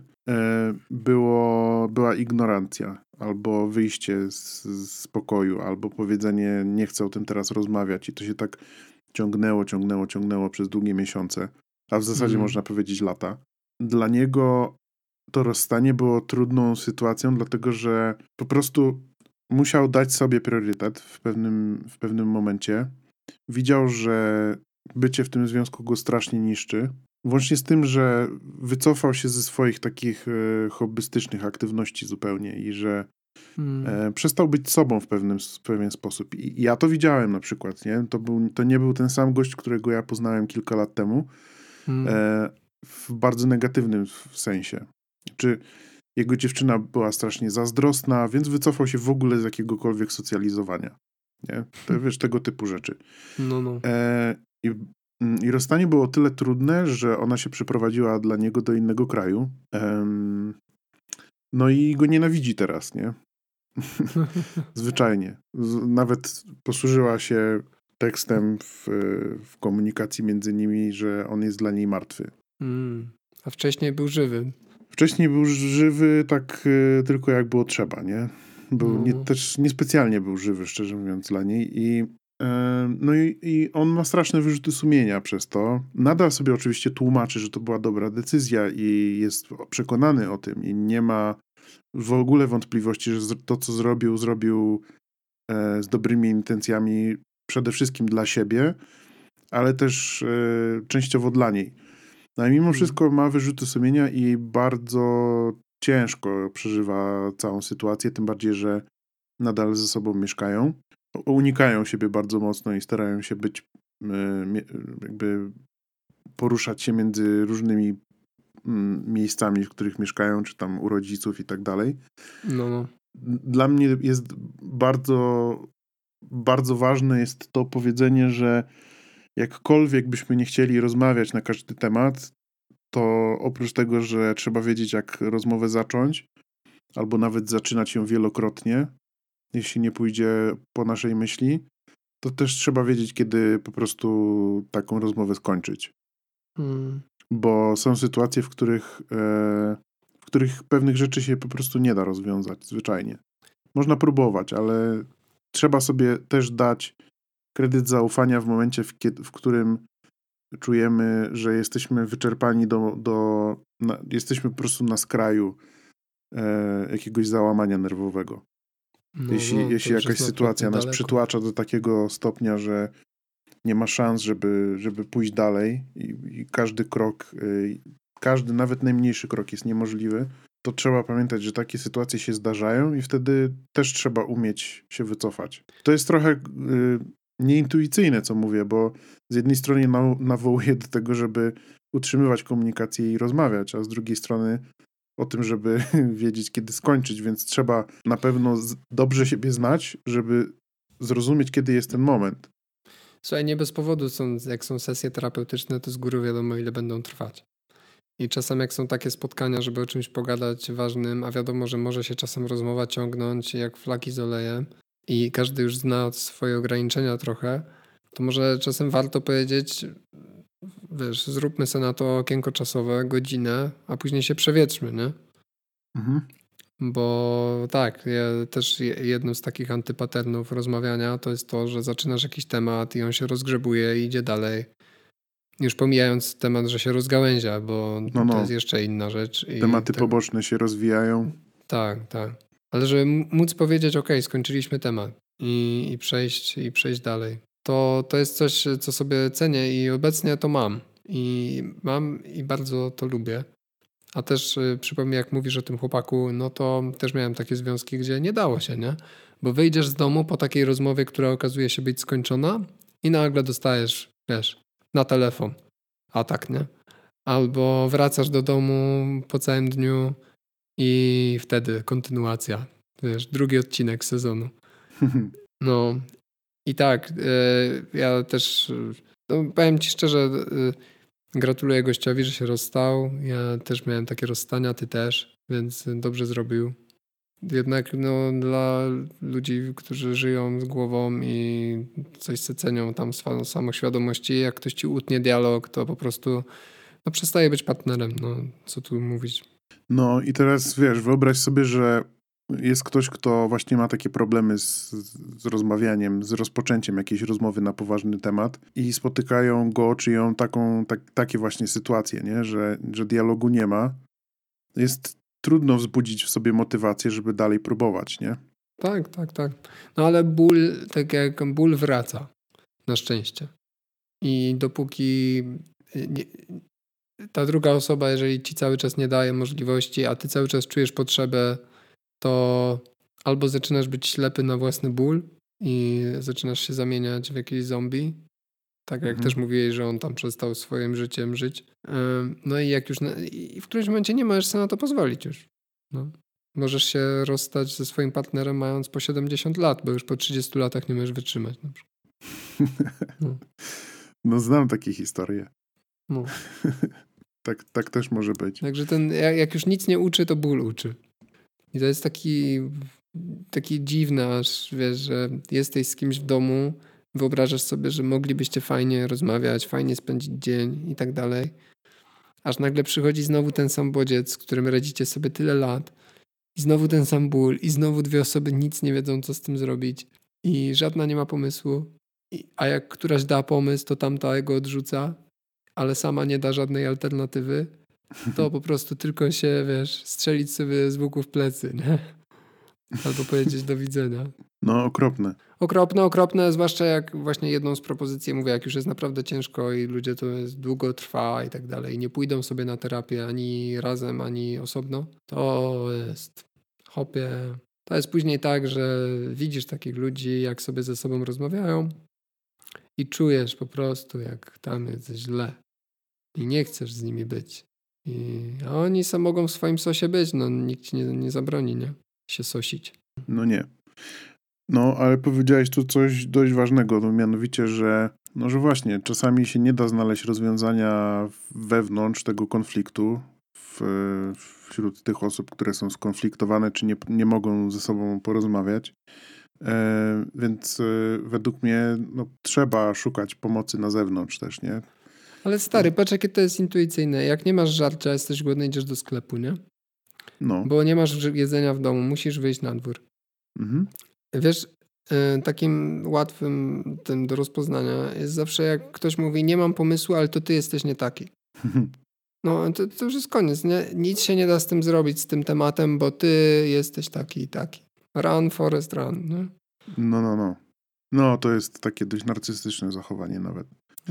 była ignorancja, albo wyjście z pokoju, albo powiedzenie nie chcę o tym teraz rozmawiać i to się tak ciągnęło przez długie miesiące, a w zasadzie można powiedzieć lata. Dla niego to rozstanie było trudną sytuacją, dlatego że po prostu musiał dać sobie priorytet w pewnym momencie. Widział, że bycie w tym związku go strasznie niszczy. Włącznie z tym, że wycofał się ze swoich takich hobbystycznych aktywności zupełnie i że przestał być sobą w pewien sposób. I ja to widziałem na przykład, nie? To nie był ten sam gość, którego ja poznałem kilka lat temu, w bardzo negatywnym sensie. Czy jego dziewczyna była strasznie zazdrosna, więc wycofał się w ogóle z jakiegokolwiek socjalizowania. Nie? To, wiesz, tego typu rzeczy. No. I rozstanie było o tyle trudne, że ona się przeprowadziła dla niego do innego kraju. No i go nienawidzi teraz, nie? Zwyczajnie. Nawet posłużyła się tekstem w komunikacji między nimi, że on jest dla niej martwy. A wcześniej był żywy. Wcześniej był żywy tak tylko jak było trzeba, nie? Też niespecjalnie był żywy, szczerze mówiąc, dla niej. I on ma straszne wyrzuty sumienia przez to. Nadal sobie oczywiście tłumaczy, że to była dobra decyzja i jest przekonany o tym i nie ma w ogóle wątpliwości, że to, co zrobił z dobrymi intencjami przede wszystkim dla siebie, ale też częściowo dla niej. No i mimo wszystko ma wyrzuty sumienia i bardzo ciężko przeżywa całą sytuację, tym bardziej, że nadal ze sobą mieszkają. Unikają siebie bardzo mocno i starają się być jakby poruszać się między różnymi miejscami, w których mieszkają, czy tam u rodziców i tak dalej. No. Dla mnie jest bardzo, bardzo ważne jest to powiedzenie, że jakkolwiek byśmy nie chcieli rozmawiać na każdy temat, to oprócz tego, że trzeba wiedzieć, jak rozmowę zacząć, albo nawet zaczynać ją wielokrotnie, jeśli nie pójdzie po naszej myśli, to też trzeba wiedzieć, kiedy po prostu taką rozmowę skończyć. Bo są sytuacje, w których pewnych rzeczy się po prostu nie da rozwiązać zwyczajnie. Można próbować, ale trzeba sobie też dać kredyt zaufania w momencie, w którym czujemy, że jesteśmy wyczerpani jesteśmy po prostu na skraju jakiegoś załamania nerwowego. Jeśli jakaś sytuacja nas przytłacza do takiego stopnia, że nie ma szans, żeby pójść dalej i każdy krok, każdy, nawet najmniejszy krok jest niemożliwy, to trzeba pamiętać, że takie sytuacje się zdarzają i wtedy też trzeba umieć się wycofać. To jest trochę nieintuicyjne, co mówię, bo z jednej strony nawołuję do tego, żeby utrzymywać komunikację i rozmawiać, a z drugiej strony o tym, żeby wiedzieć, kiedy skończyć, więc trzeba na pewno dobrze siebie znać, żeby zrozumieć, kiedy jest ten moment. Słuchaj, nie bez powodu jak są sesje terapeutyczne, to z góry wiadomo, ile będą trwać. I czasem jak są takie spotkania, żeby o czymś pogadać ważnym, a wiadomo, że może się czasem rozmowa ciągnąć jak flaki z olejem i każdy już zna swoje ograniczenia trochę, to może czasem warto powiedzieć, wiesz, zróbmy sobie na to okienko czasowe, godzinę, a później się przewietrzmy, nie? Bo tak, też jednym z takich antypaternów rozmawiania to jest to, że zaczynasz jakiś temat i on się rozgrzebuje i idzie dalej. Już pomijając temat, że się rozgałęzia, bo to jest jeszcze inna rzecz. Tematy poboczne się rozwijają. Tak. Ale żeby móc powiedzieć, skończyliśmy temat i przejść dalej. To jest coś, co sobie cenię i obecnie to mam. I bardzo to lubię. A też przypomnij, jak mówisz o tym chłopaku, no to też miałem takie związki, gdzie nie dało się, nie? Bo wyjdziesz z domu po takiej rozmowie, która okazuje się być skończona i nagle dostajesz, wiesz, na telefon atak, nie? Albo wracasz do domu po całym dniu i wtedy kontynuacja, wiesz, drugi odcinek sezonu. No i tak, ja też, powiem ci szczerze, gratuluję gościowi, że się rozstał. Ja też miałem takie rozstania, ty też, więc dobrze zrobił. jednak dla ludzi, którzy żyją z głową i coś se cenią tam swoją samoświadomości, jak ktoś ci utnie dialog, to po prostu przestaje być partnerem. Co tu mówić. No i teraz wiesz, wyobraź sobie, że jest ktoś, kto właśnie ma takie problemy z rozmawianiem, z rozpoczęciem jakiejś rozmowy na poważny temat i spotykają go czy ją takie właśnie sytuacje, nie? Że dialogu nie ma. Jest trudno wzbudzić w sobie motywację, żeby dalej próbować, nie? Tak. Ale ból, tak jak ból wraca, na szczęście. I dopóki ta druga osoba, jeżeli ci cały czas nie daje możliwości, a ty cały czas czujesz potrzebę, to albo zaczynasz być ślepy na własny ból i zaczynasz się zamieniać w jakiś zombie, tak jak też mówiłeś, że on tam przestał swoim życiem żyć. No i jak już i w którymś momencie nie możesz sobie na to pozwolić już. No. Możesz się rozstać ze swoim partnerem mając po 70 lat, bo już po 30 latach nie możesz wytrzymać. Na przykład. No znam takie historie. No. Tak też może być. Także jak już nic nie uczy, to ból uczy. I to jest taki dziwny aż, wiesz, że jesteś z kimś w domu, wyobrażasz sobie, że moglibyście fajnie rozmawiać, fajnie spędzić dzień i tak dalej. Aż nagle przychodzi znowu ten sam bodziec, z którym radzicie sobie tyle lat. I znowu ten sam ból. I znowu dwie osoby nic nie wiedzą, co z tym zrobić. I żadna nie ma pomysłu. A jak któraś da pomysł, to tamta go odrzuca, ale sama nie da żadnej alternatywy. To po prostu tylko się, wiesz, strzelić sobie z łuku w plecy, nie? Albo powiedzieć do widzenia. No, okropne. Okropne, zwłaszcza jak właśnie jedną z propozycji mówię, jak już jest naprawdę ciężko i ludzie to jest długo trwa i tak dalej, nie pójdą sobie na terapię ani razem, ani osobno, to jest hopie. To jest później tak, że widzisz takich ludzi, jak sobie ze sobą rozmawiają i czujesz po prostu, jak tam jest źle i nie chcesz z nimi być. A oni sam mogą w swoim sosie być, nikt ci nie zabroni, nie? Się sosić. No nie. No, ale powiedziałeś tu coś dość ważnego, mianowicie, że właśnie, czasami się nie da znaleźć rozwiązania wewnątrz tego konfliktu wśród tych osób, które są skonfliktowane, czy nie mogą ze sobą porozmawiać. Więc według mnie trzeba szukać pomocy na zewnątrz też, nie? Ale stary, patrz jakie to jest intuicyjne. Jak nie masz żarcia, jesteś głodny, idziesz do sklepu, nie? No. Bo nie masz jedzenia w domu, musisz wyjść na dwór. Mhm. Wiesz, takim łatwym tym do rozpoznania jest zawsze jak ktoś mówi, nie mam pomysłu, ale to ty jesteś nie taki. No to już jest koniec, nie? Nic się nie da z tym zrobić, z tym tematem, bo ty jesteś taki i taki. Run, Forest, run, nie? No. No, to jest takie dość narcystyczne zachowanie nawet.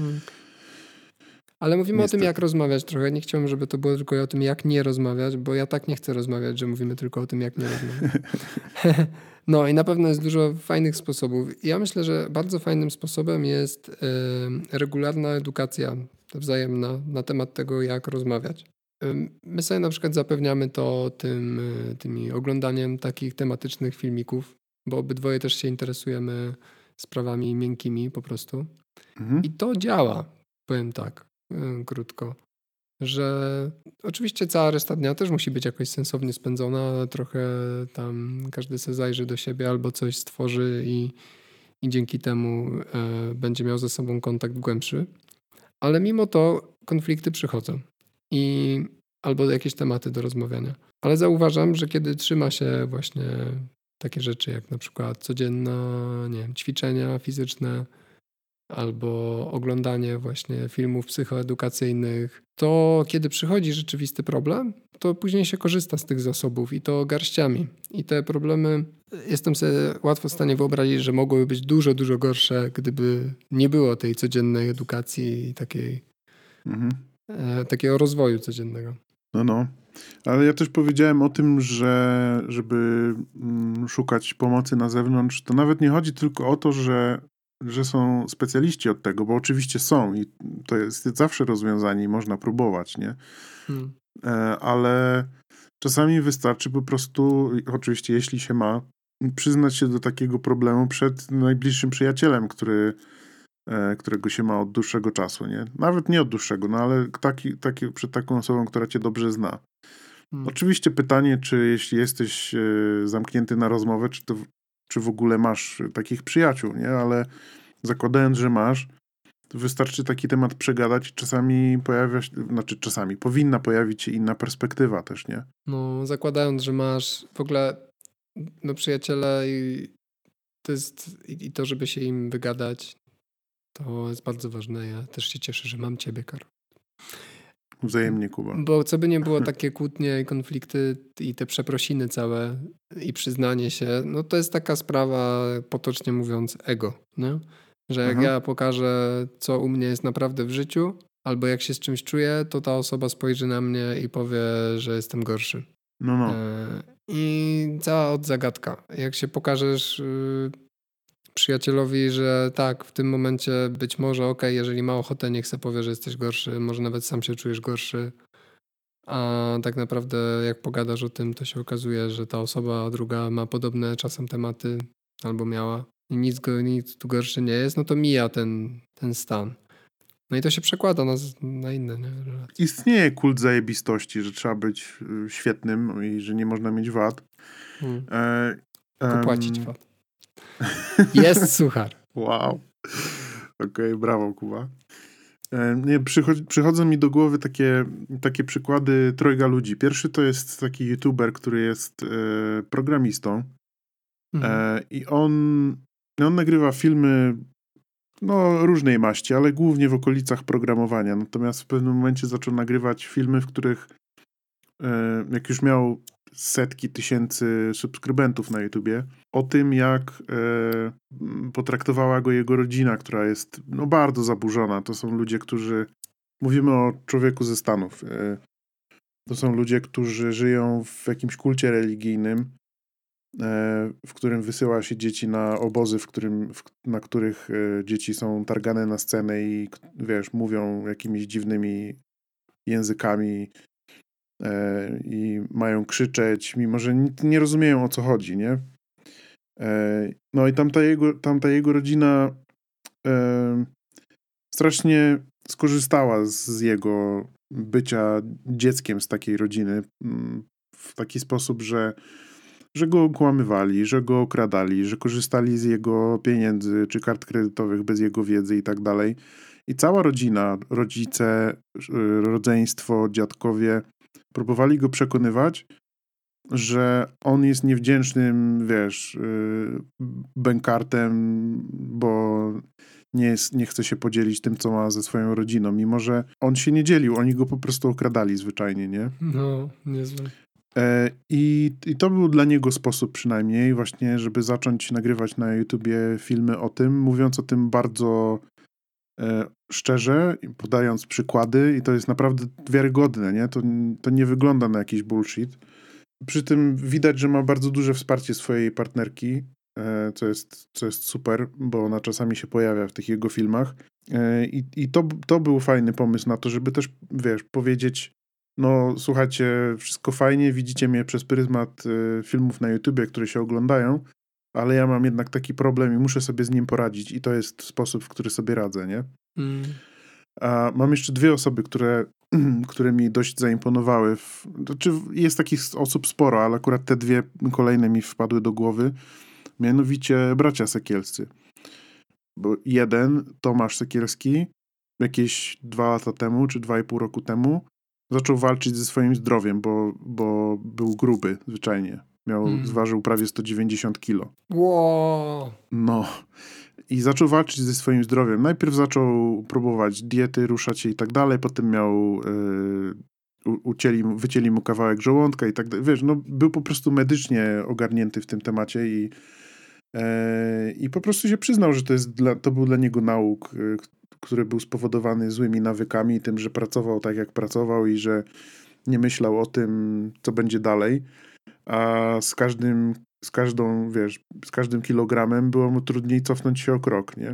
Ale mówimy o tym, jak rozmawiać trochę. Nie chciałbym, żeby to było tylko o tym, jak nie rozmawiać, bo ja tak nie chcę rozmawiać, że mówimy tylko o tym, jak nie rozmawiać. No i na pewno jest dużo fajnych sposobów. Ja myślę, że bardzo fajnym sposobem jest regularna edukacja wzajemna na temat tego, jak rozmawiać. My sobie na przykład zapewniamy to tymi oglądaniem takich tematycznych filmików, bo obydwoje też się interesujemy sprawami miękkimi po prostu. I to działa, powiem tak, krótko, że oczywiście cała reszta dnia też musi być jakoś sensownie spędzona, trochę tam każdy se zajrzy do siebie albo coś stworzy i dzięki temu będzie miał ze sobą kontakt głębszy. Ale mimo to konflikty przychodzą albo jakieś tematy do rozmawiania. Ale zauważam, że kiedy trzyma się właśnie takie rzeczy jak na przykład codzienna, nie wiem, ćwiczenia fizyczne albo oglądanie właśnie filmów psychoedukacyjnych, to kiedy przychodzi rzeczywisty problem, to później się korzysta z tych zasobów i to garściami. I te problemy, jestem sobie łatwo w stanie wyobrazić, że mogłyby być dużo, dużo gorsze, gdyby nie było tej codziennej edukacji i takiego rozwoju codziennego. No. Ale ja też powiedziałem o tym, że żeby szukać pomocy na zewnątrz, to nawet nie chodzi tylko o to, że są specjaliści od tego, bo oczywiście są i to jest zawsze rozwiązanie i można próbować, nie? Ale czasami wystarczy po prostu, oczywiście jeśli się ma, przyznać się do takiego problemu przed najbliższym przyjacielem, którego się ma od dłuższego czasu, nie? Nawet nie od dłuższego, no ale przed taką osobą, która cię dobrze zna. Oczywiście pytanie, czy jeśli jesteś zamknięty na rozmowę, czy w ogóle masz takich przyjaciół, nie? Ale zakładając, że masz, to wystarczy taki temat przegadać i czasami powinna pojawić się inna perspektywa też, nie? No, zakładając, że masz w ogóle przyjaciele i to, żeby się im wygadać, to jest bardzo ważne. Ja też się cieszę, że mam ciebie, Karol. Wzajemnie, Kuba. Bo co by nie było, takie kłótnie i konflikty i te przeprosiny całe i przyznanie się, no to jest taka sprawa, potocznie mówiąc, ego, nie? Że jak ja pokażę, co u mnie jest naprawdę w życiu, albo jak się z czymś czuję, to ta osoba spojrzy na mnie i powie, że jestem gorszy. No. I cała zagadka. Jak się pokażesz przyjacielowi, że tak, w tym momencie być może jeżeli ma ochotę, niech se powie, że jesteś gorszy, może nawet sam się czujesz gorszy, a tak naprawdę jak pogadasz o tym, to się okazuje, że ta osoba druga ma podobne czasem tematy albo miała i nic tu gorszy nie jest, no to mija ten stan. No i to się przekłada na inne relacje. Istnieje kult zajebistości, że trzeba być świetnym i że nie można mieć wad. Tylko płacić VAT. Jest suchar. Wow. Okej, brawo, Kuba. Przychodzą mi do głowy takie przykłady trojga ludzi. Pierwszy to jest taki youtuber, który jest programistą. I on nagrywa filmy różnej maści, ale głównie w okolicach programowania. Natomiast w pewnym momencie zaczął nagrywać filmy, w których jak już miał setki tysięcy subskrybentów na YouTubie, o tym, jak potraktowała go jego rodzina, która jest bardzo zaburzona. To są ludzie, mówimy o człowieku ze Stanów. To są ludzie, którzy żyją w jakimś kulcie religijnym, w którym wysyła się dzieci na obozy, na których dzieci są targane na scenę i mówią jakimiś dziwnymi językami i mają krzyczeć, mimo że nie rozumieją, o co chodzi, nie? No i tamta jego rodzina strasznie skorzystała z jego bycia dzieckiem z takiej rodziny w taki sposób, że go okłamywali, że go okradali, że korzystali z jego pieniędzy czy kart kredytowych bez jego wiedzy i tak dalej. I cała rodzina, rodzice, rodzeństwo, dziadkowie próbowali go przekonywać, że on jest niewdzięcznym, bękartem, bo nie chce się podzielić tym, co ma ze swoją rodziną, mimo że on się nie dzielił, oni go po prostu okradali zwyczajnie, nie? No, niezłe. I to był dla niego sposób przynajmniej właśnie, żeby zacząć nagrywać na YouTubie filmy o tym, mówiąc o tym bardzo szczerze, podając przykłady i to jest naprawdę wiarygodne, nie? To nie wygląda na jakiś bullshit. Przy tym widać, że ma bardzo duże wsparcie swojej partnerki, co jest super, bo ona czasami się pojawia w tych jego filmach. I to był fajny pomysł na to, żeby też, powiedzieć, słuchajcie, wszystko fajnie, widzicie mnie przez pryzmat filmów na YouTubie, które się oglądają, ale ja mam jednak taki problem i muszę sobie z nim poradzić i to jest sposób, w który sobie radzę, nie? A mam jeszcze dwie osoby, które mi dość zaimponowały. Jest takich osób sporo, ale akurat te dwie kolejne mi wpadły do głowy. Mianowicie bracia Sekielscy. Bo jeden, Tomasz Sekielski, jakieś 2 lata temu, czy 2,5 roku temu, zaczął walczyć ze swoim zdrowiem, bo był gruby zwyczajnie. Zważył prawie 190 kilo. Wow. No. I zaczął walczyć ze swoim zdrowiem. Najpierw zaczął próbować diety, ruszać się i tak dalej, potem wycięli mu kawałek żołądka i tak dalej. Był po prostu medycznie ogarnięty w tym temacie i po prostu się przyznał, że to był dla niego nauk, który był spowodowany złymi nawykami i tym, że pracował tak, jak pracował i że nie myślał o tym, co będzie dalej, a z każdym kilogramem było mu trudniej cofnąć się o krok, nie?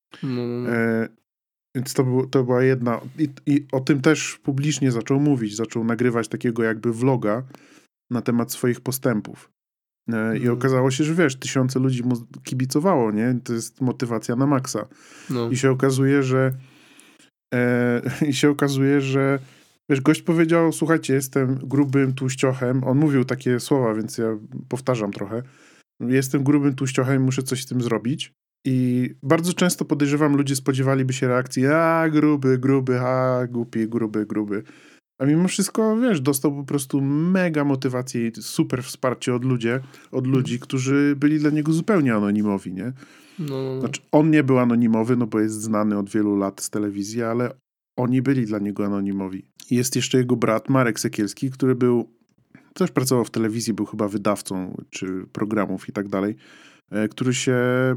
Więc to była jedna... I o tym też publicznie zaczął mówić. Zaczął nagrywać takiego jakby vloga na temat swoich postępów. I okazało się, że 1000 ludzi mu kibicowało, nie? To jest motywacja na maksa. No. I się okazuje, że Wiesz, gość powiedział, słuchajcie, jestem grubym tłuściochem. On mówił takie słowa, więc ja powtarzam trochę. Jestem grubym tłuściochem, muszę coś z tym zrobić. I bardzo często podejrzewam, ludzie spodziewaliby się reakcji, gruby, głupi, gruby. A mimo wszystko, wiesz, dostał po prostu mega motywację i super wsparcie od ludzi, którzy byli dla niego zupełnie anonimowi, nie? No. Znaczy, on nie był anonimowy, no bo jest znany od wielu lat z telewizji, ale oni byli dla niego anonimowi. Jest jeszcze jego brat, Marek Sekielski, który też pracował w telewizji, był chyba wydawcą czy programów i tak dalej, który się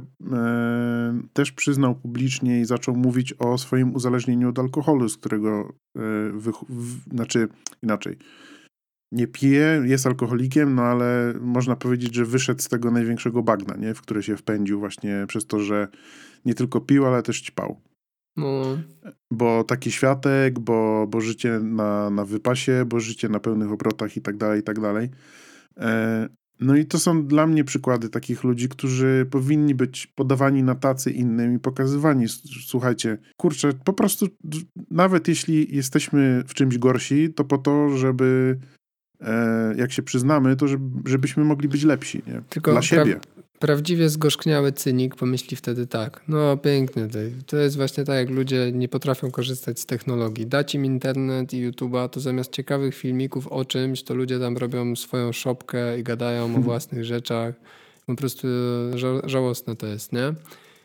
też przyznał publicznie i zaczął mówić o swoim uzależnieniu od alkoholu, z którego znaczy inaczej. Nie pije, jest alkoholikiem, no ale można powiedzieć, że wyszedł z tego największego bagna, nie? W które się wpędził właśnie przez to, że nie tylko pił, ale też ćpał. No. Bo taki światek, bo życie na wypasie, bo życie na pełnych obrotach i tak dalej. No i to są dla mnie przykłady takich ludzi, którzy powinni być podawani na tacy innym i pokazywani. Słuchajcie, kurczę, po prostu nawet jeśli jesteśmy w czymś gorsi, to po to, żeby jak się przyznamy, to żebyśmy mogli być lepsi, nie? Tylko dla siebie. Prawdziwie zgorzkniały cynik pomyśli wtedy tak, no pięknie, to jest właśnie tak, jak ludzie nie potrafią korzystać z technologii. Dać im internet i YouTube'a, to zamiast ciekawych filmików o czymś, to ludzie tam robią swoją szopkę i gadają o własnych rzeczach. Po prostu żałosne to jest, nie?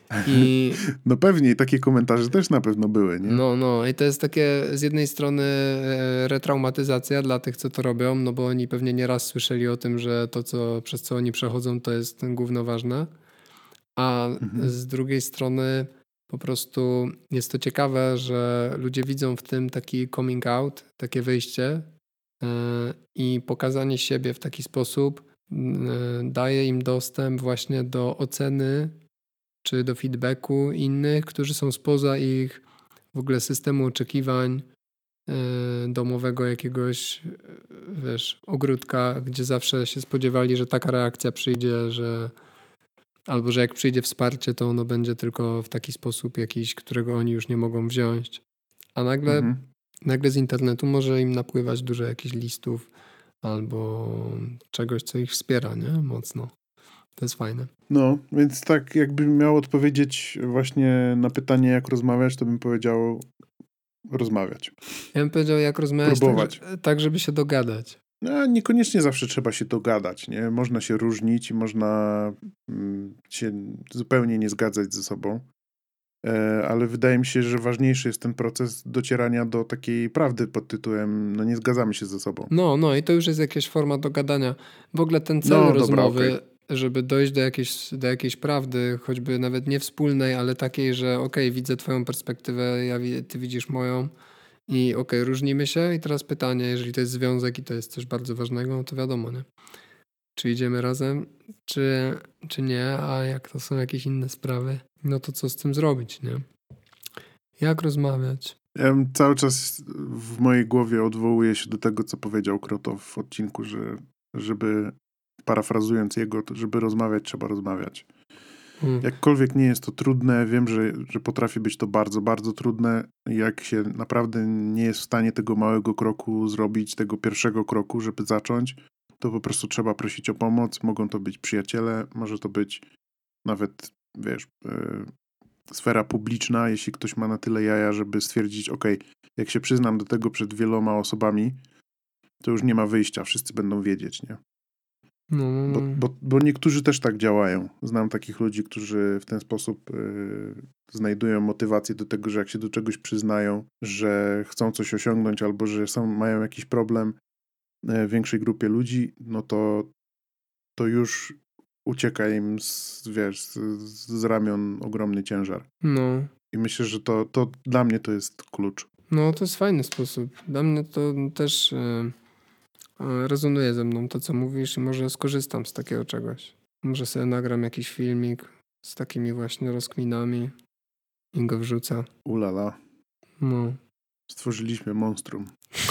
No pewnie, takie komentarze też na pewno były, nie? No i to jest takie z jednej strony retraumatyzacja dla tych, co to robią, no bo oni pewnie nieraz słyszeli o tym, że to, przez co oni przechodzą, to jest gówno ważne. A z drugiej strony po prostu jest to ciekawe, że ludzie widzą w tym taki coming out, takie wyjście i pokazanie siebie w taki sposób daje im dostęp właśnie do oceny czy do feedbacku innych, którzy są spoza ich w ogóle systemu oczekiwań domowego jakiegoś, wiesz, ogródka, gdzie zawsze się spodziewali, że taka reakcja przyjdzie, albo że jak przyjdzie wsparcie, to ono będzie tylko w taki sposób jakiś, którego oni już nie mogą wziąć. A nagle z internetu może im napływać dużo jakichś listów albo czegoś, co ich wspiera, nie? Mocno. To jest fajne. No, więc tak jakbym miał odpowiedzieć właśnie na pytanie, jak rozmawiać, to bym powiedział rozmawiać. Ja bym powiedział, jak rozmawiać, próbować. Tak, żeby się dogadać. No, niekoniecznie zawsze trzeba się dogadać, nie? Można się różnić i można się zupełnie nie zgadzać ze sobą, ale wydaje mi się, że ważniejszy jest ten proces docierania do takiej prawdy pod tytułem, no nie zgadzamy się ze sobą. No i to już jest jakaś forma dogadania. W ogóle ten cel rozmowy, żeby dojść do jakiejś prawdy, choćby nawet nie wspólnej, ale takiej, że widzę twoją perspektywę, ty widzisz moją i różnimy się i teraz pytanie, jeżeli to jest związek i to jest coś bardzo ważnego, no to wiadomo, nie? Czy idziemy razem, czy nie, a jak to są jakieś inne sprawy, no to co z tym zrobić, nie? Jak rozmawiać? Ja cały czas w mojej głowie odwołuję się do tego, co powiedział Krotow w odcinku, że żeby, parafrazując jego, to żeby rozmawiać, trzeba rozmawiać. Jakkolwiek nie jest to trudne, wiem, że potrafi być to bardzo, bardzo trudne. Jak się naprawdę nie jest w stanie tego małego kroku zrobić, tego pierwszego kroku, żeby zacząć, to po prostu trzeba prosić o pomoc. Mogą to być przyjaciele, może to być nawet, wiesz, sfera publiczna, jeśli ktoś ma na tyle jaja, żeby stwierdzić, jak się przyznam do tego przed wieloma osobami, to już nie ma wyjścia, wszyscy będą wiedzieć, nie? Bo niektórzy też tak działają. Znam takich ludzi, którzy w ten sposób znajdują motywację do tego, że jak się do czegoś przyznają, że chcą coś osiągnąć albo że mają jakiś problem w większej grupie ludzi, no to już ucieka im z ramion ogromny ciężar. No. I myślę, że to dla mnie to jest klucz. No to jest fajny sposób. Dla mnie to też rezonuje ze mną to, co mówisz i może skorzystam z takiego czegoś. Może sobie nagram jakiś filmik z takimi właśnie rozkminami i go wrzucę. Ulala. No. Stworzyliśmy monstrum.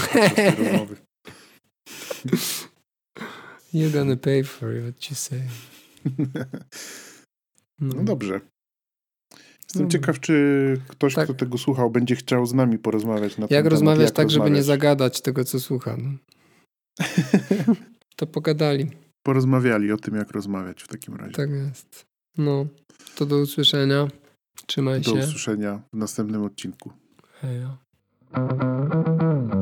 You're gonna pay for what you say. No dobrze. Jestem ciekaw, czy ktoś, Tak. kto tego słuchał, będzie chciał z nami porozmawiać na ten Jak temat. rozmawiać tak, żeby nie rozmawiać. zagadać tego, co słucha. No. To pogadali. Porozmawiali o tym, jak rozmawiać w takim razie. Tak jest. No, to do usłyszenia. Trzymaj się. Do usłyszenia w następnym odcinku. Hejo.